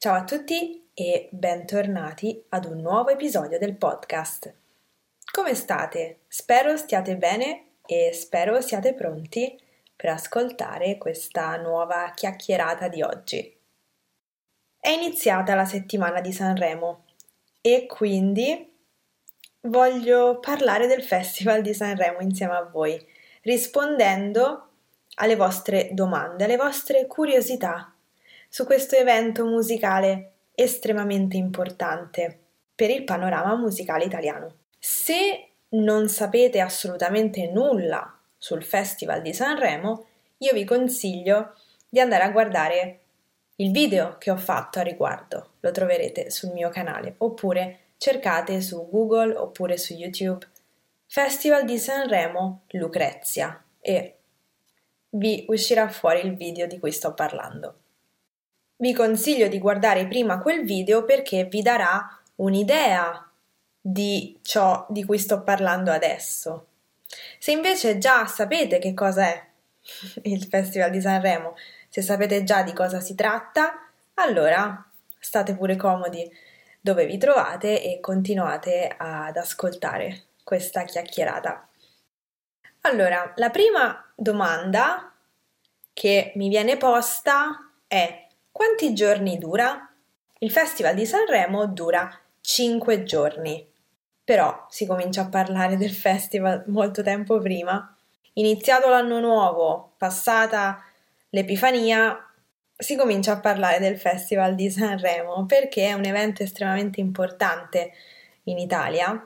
Ciao a tutti e bentornati ad un nuovo episodio del podcast. Come state? Spero stiate bene e spero siate pronti per ascoltare questa nuova chiacchierata di oggi. È iniziata la settimana di Sanremo e quindi voglio parlare del Festival di Sanremo insieme a voi, rispondendo alle vostre domande, alle vostre curiosità su questo evento musicale estremamente importante per il panorama musicale italiano. Se non sapete assolutamente nulla sul Festival di Sanremo, io vi consiglio di andare a guardare il video che ho fatto a riguardo, lo troverete sul mio canale, oppure cercate su Google oppure su YouTube Festival di Sanremo Lucrezia e vi uscirà fuori il video di cui sto parlando. Vi consiglio di guardare prima quel video perché vi darà un'idea di ciò di cui sto parlando adesso. Se invece già sapete che cosa è il Festival di Sanremo, se sapete già di cosa si tratta, allora state pure comodi dove vi trovate e continuate ad ascoltare questa chiacchierata. Allora, la prima domanda che mi viene posta è: quanti giorni dura? Il Festival di Sanremo dura 5 giorni, però si comincia a parlare del festival molto tempo prima. Iniziato l'anno nuovo, passata l'Epifania, si comincia a parlare del Festival di Sanremo perché è un evento estremamente importante in Italia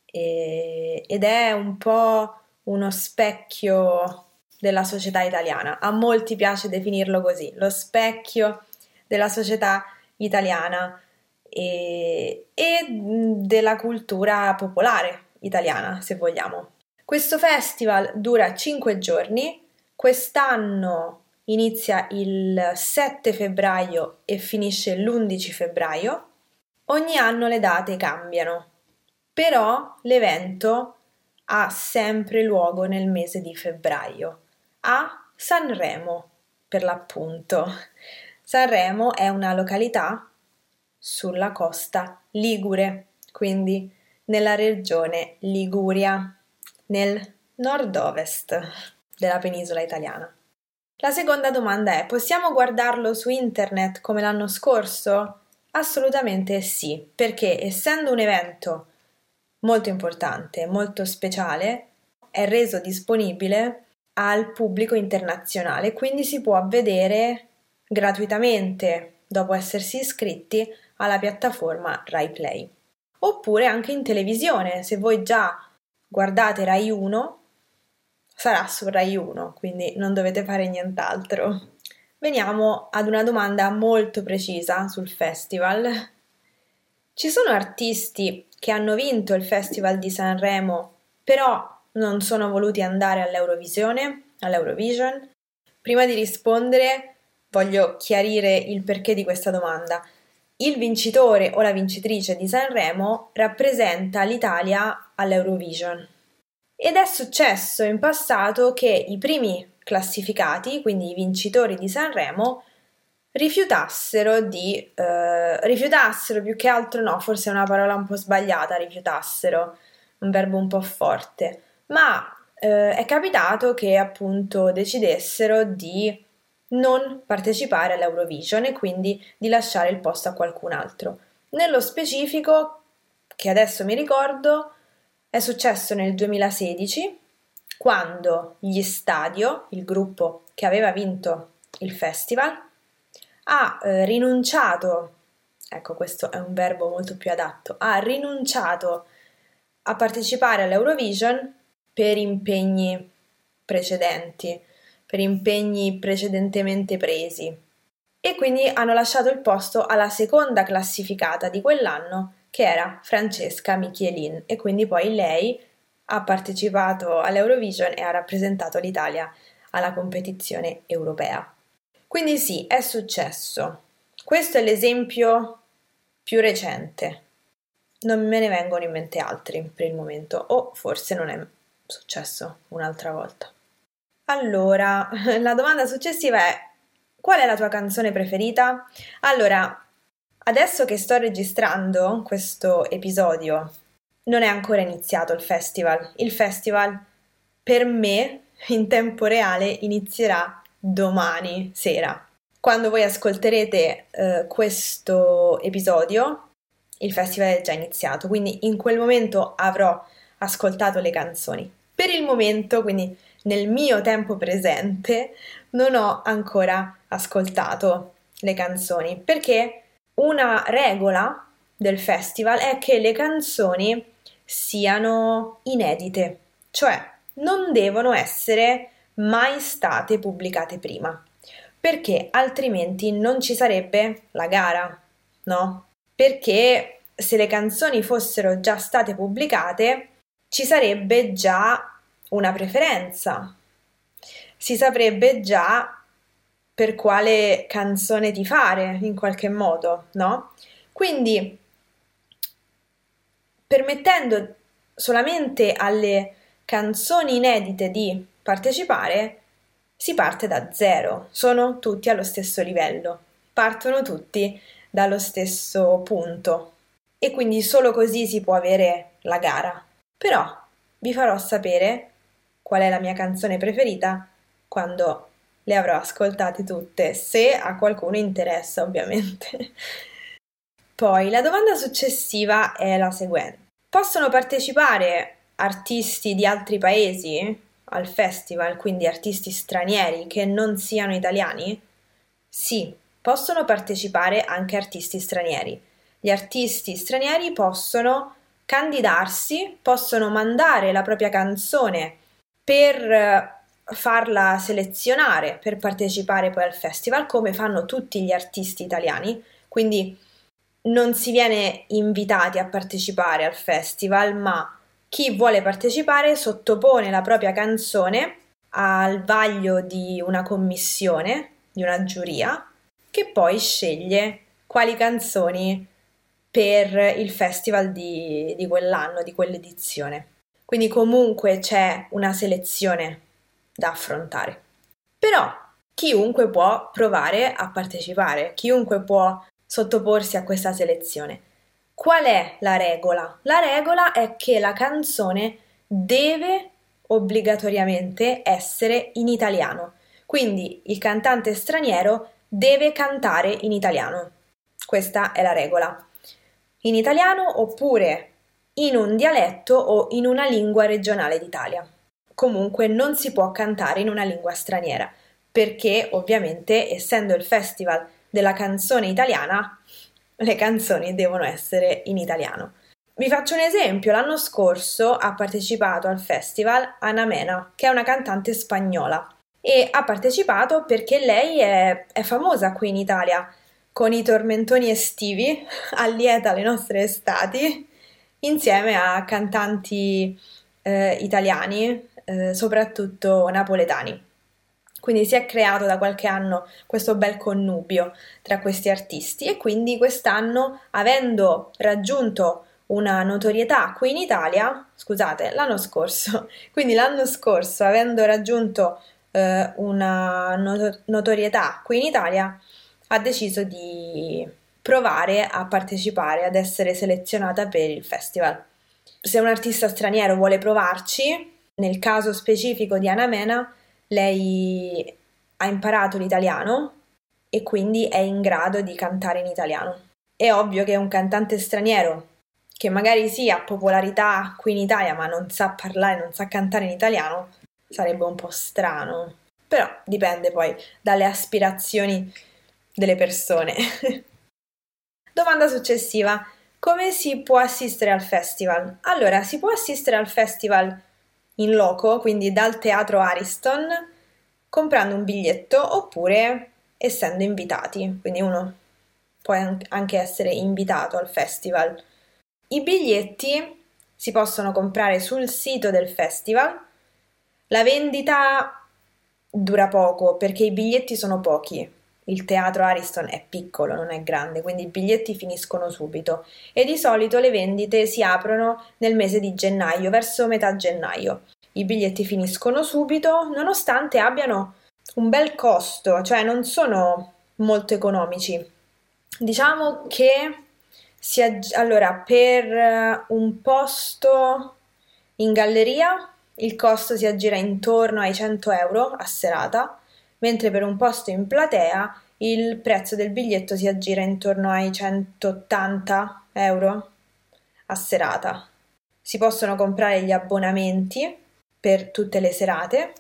ed è un po' uno specchio della società italiana. A molti piace definirlo così, lo specchio della società italiana e della cultura popolare italiana, se vogliamo. Questo festival dura 5 giorni, quest'anno inizia il 7 febbraio e finisce l'11 febbraio. Ogni anno le date cambiano, però l'evento ha sempre luogo nel mese di febbraio, a Sanremo per l'appunto. Sanremo è una località sulla costa ligure, quindi nella regione Liguria, nel nord-ovest della penisola italiana. La seconda domanda è: possiamo guardarlo su internet come l'anno scorso? Assolutamente sì, perché essendo un evento molto importante, molto speciale, è reso disponibile al pubblico internazionale, quindi si può vedere gratuitamente dopo essersi iscritti alla piattaforma RaiPlay. Oppure anche in televisione, se voi già guardate Rai 1, sarà su Rai 1, quindi non dovete fare nient'altro. Veniamo ad una domanda molto precisa sul festival. Ci sono artisti che hanno vinto il Festival di Sanremo, però non sono voluti andare all'Eurovision? Prima di rispondere, voglio chiarire il perché di questa domanda. Il vincitore o la vincitrice di Sanremo rappresenta l'Italia all'Eurovision. Ed è successo in passato che i primi classificati, quindi i vincitori di Sanremo, rifiutassero più che altro no, forse è una parola un po' sbagliata, rifiutassero, un verbo un po' forte, ma è capitato che appunto decidessero di non partecipare all'Eurovision e quindi di lasciare il posto a qualcun altro. Nello specifico, che adesso mi ricordo, è successo nel 2016, quando gli Stadio, il gruppo che aveva vinto il festival, ha rinunciato, ecco questo è un verbo molto più adatto, ha rinunciato a partecipare all'Eurovision per impegni precedenti, per impegni precedentemente presi e quindi hanno lasciato il posto alla seconda classificata di quell'anno che era Francesca Michelin e quindi poi lei ha partecipato all'Eurovision e ha rappresentato l'Italia alla competizione europea. Quindi sì, è successo. Questo è l'esempio più recente. Non me ne vengono in mente altri per il momento, o forse non è successo un'altra volta. Allora, la domanda successiva è: qual è la tua canzone preferita? Allora, Adesso che sto registrando questo episodio, non è ancora iniziato il festival. Il festival per me in tempo reale inizierà domani sera. Quando voi ascolterete questo episodio, il festival è già iniziato, quindi in quel momento avrò ascoltato le canzoni. Per il momento, quindi nel mio tempo presente, non ho ancora ascoltato le canzoni, perché una regola del festival è che le canzoni siano inedite, cioè non devono essere mai state pubblicate prima, perché altrimenti non ci sarebbe la gara, no? Perché se le canzoni fossero già state pubblicate, ci sarebbe già una preferenza, si saprebbe già per quale canzone tifare in qualche modo, no? Quindi, permettendo solamente alle canzoni inedite di partecipare, si parte da zero, sono tutti allo stesso livello, partono tutti dallo stesso punto e quindi solo così si può avere la gara. Però vi farò sapere qual è la mia canzone preferita quando le avrò ascoltate tutte, se a qualcuno interessa, ovviamente. Poi la domanda successiva è la seguente. Possono partecipare artisti di altri paesi al festival, quindi artisti stranieri che non siano italiani? Sì, possono partecipare anche artisti stranieri. Gli artisti stranieri possono candidarsi, possono mandare la propria canzone per farla selezionare per partecipare poi al festival, come fanno tutti gli artisti italiani, quindi non si viene invitati a partecipare al festival, ma chi vuole partecipare sottopone la propria canzone al vaglio di una commissione, di una giuria, che poi sceglie quali canzoni per il festival di quell'anno, di quell'edizione. Quindi comunque c'è una selezione da affrontare. Però chiunque può provare a partecipare, chiunque può sottoporsi a questa selezione. Qual è la regola? La regola è che la canzone deve obbligatoriamente essere in italiano, quindi il cantante straniero deve cantare in italiano. Questa è la regola. In italiano oppure in un dialetto o in una lingua regionale d'Italia. Comunque non si può cantare in una lingua straniera, perché ovviamente, essendo il festival della canzone italiana, le canzoni devono essere in italiano. Vi faccio un esempio: l'anno scorso ha partecipato al festival Ana Mena, che è una cantante spagnola, e ha partecipato perché lei è famosa qui in Italia, con i tormentoni estivi, allieta le nostre estati, insieme a cantanti italiani, soprattutto napoletani. Quindi si è creato da qualche anno questo bel connubio tra questi artisti e quindi quest'anno, avendo raggiunto una notorietà qui in Italia, scusate, l'anno scorso, quindi l'anno scorso, avendo raggiunto una notorietà qui in Italia, ha deciso di provare a partecipare, ad essere selezionata per il festival. Se un artista straniero vuole provarci, nel caso specifico di Ana Mena, lei ha imparato l'italiano e quindi è in grado di cantare in italiano. È ovvio che un cantante straniero che magari sì ha popolarità qui in Italia ma non sa parlare, non sa cantare in italiano, sarebbe un po' strano. Però dipende poi dalle aspirazioni delle persone. Domanda successiva. Come si può assistere al festival? Allora, si può assistere al festival in loco, quindi dal teatro Ariston, comprando un biglietto oppure essendo invitati, quindi uno può anche essere invitato al festival. I biglietti si possono comprare sul sito del festival. La vendita dura poco perché i biglietti sono pochi. Il teatro Ariston è piccolo, non è grande, quindi i biglietti finiscono subito e di solito le vendite si aprono nel mese di gennaio, verso metà gennaio. I biglietti finiscono subito, nonostante abbiano un bel costo, cioè non sono molto economici. Diciamo che allora, per un posto in galleria il costo si aggira intorno ai 100 euro a serata, mentre per un posto in platea il prezzo del biglietto si aggira intorno ai 180 euro a serata. Si possono comprare gli abbonamenti per tutte le serate.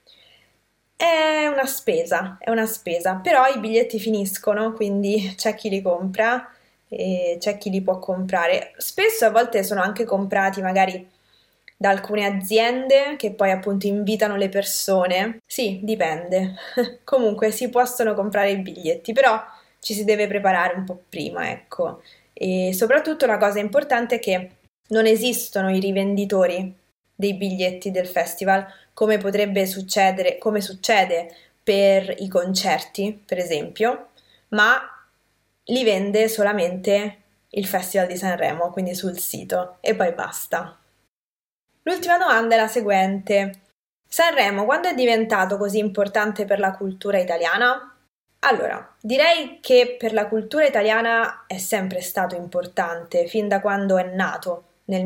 È una spesa, però i biglietti finiscono, quindi c'è chi li compra e c'è chi li può comprare. Spesso a volte sono anche comprati magari da alcune aziende che poi appunto invitano le persone. Sì, dipende. Comunque si possono comprare i biglietti, però ci si deve preparare un po' prima, ecco. E soprattutto la cosa importante è che non esistono i rivenditori dei biglietti del festival, come potrebbe succedere, come succede per i concerti, per esempio, ma li vende solamente il Festival di Sanremo, quindi sul sito, e poi basta. L'ultima domanda è la seguente. Sanremo, quando è diventato così importante per la cultura italiana? Allora, direi che per la cultura italiana è sempre stato importante, fin da quando è nato, nel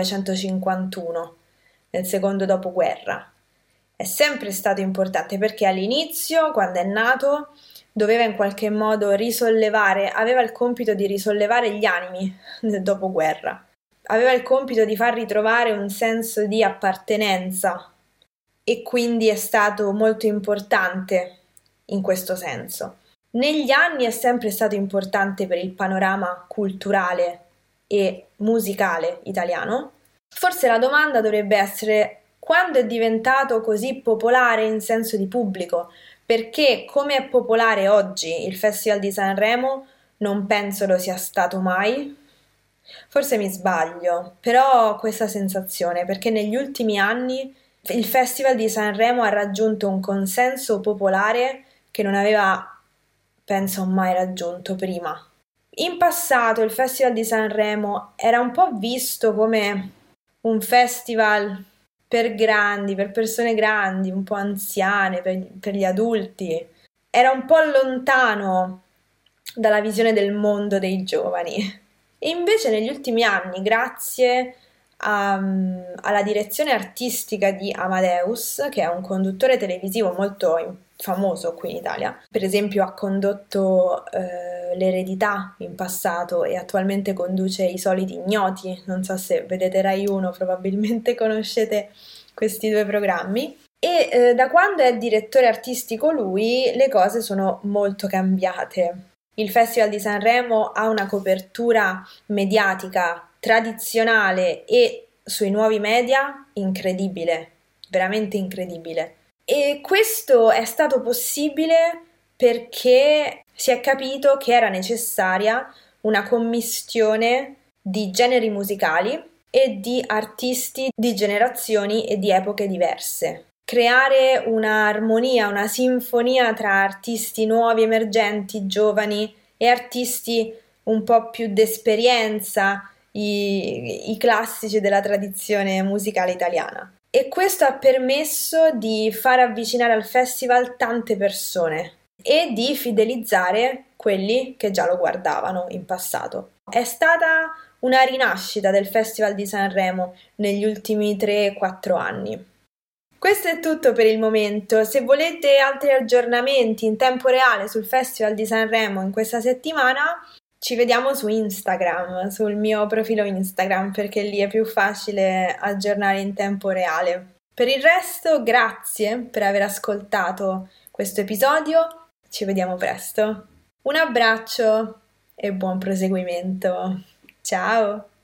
1951, nel secondo dopoguerra. È sempre stato importante perché all'inizio, quando è nato, doveva in qualche modo risollevare, aveva il compito di risollevare gli animi del dopoguerra. Aveva il compito di far ritrovare un senso di appartenenza e quindi è stato molto importante in questo senso. Negli anni è sempre stato importante per il panorama culturale e musicale italiano. Forse la domanda dovrebbe essere: quando è diventato così popolare in senso di pubblico? Perché come è popolare oggi il Festival di Sanremo, non penso lo sia stato mai. Forse mi sbaglio, però ho questa sensazione perché negli ultimi anni il Festival di Sanremo ha raggiunto un consenso popolare che non aveva, penso, mai raggiunto prima. In passato il Festival di Sanremo era un po' visto come un festival per grandi, per persone grandi, un po' anziane, per gli adulti. Era un po' lontano dalla visione del mondo dei giovani. E invece negli ultimi anni, grazie alla direzione artistica di Amadeus, che è un conduttore televisivo molto famoso qui in Italia, per esempio ha condotto L'Eredità in passato e attualmente conduce I Soliti Ignoti, non so se vedete Rai 1, probabilmente conoscete questi due programmi. E da quando è direttore artistico lui, le cose sono molto cambiate. Il Festival di Sanremo ha una copertura mediatica tradizionale e sui nuovi media incredibile, veramente incredibile. E questo è stato possibile perché si è capito che era necessaria una commistione di generi musicali e di artisti di generazioni e di epoche diverse. Creare un'armonia, una sinfonia tra artisti nuovi, emergenti, giovani e artisti un po' più d'esperienza, i classici della tradizione musicale italiana. E questo ha permesso di far avvicinare al festival tante persone e di fidelizzare quelli che già lo guardavano in passato. È stata una rinascita del Festival di Sanremo negli ultimi 3-4 anni. Questo è tutto per il momento. Se volete altri aggiornamenti in tempo reale sul Festival di Sanremo in questa settimana, ci vediamo su Instagram, sul mio profilo Instagram, perché lì è più facile aggiornare in tempo reale. Per il resto, grazie per aver ascoltato questo episodio. Ci vediamo presto. Un abbraccio e buon proseguimento. Ciao!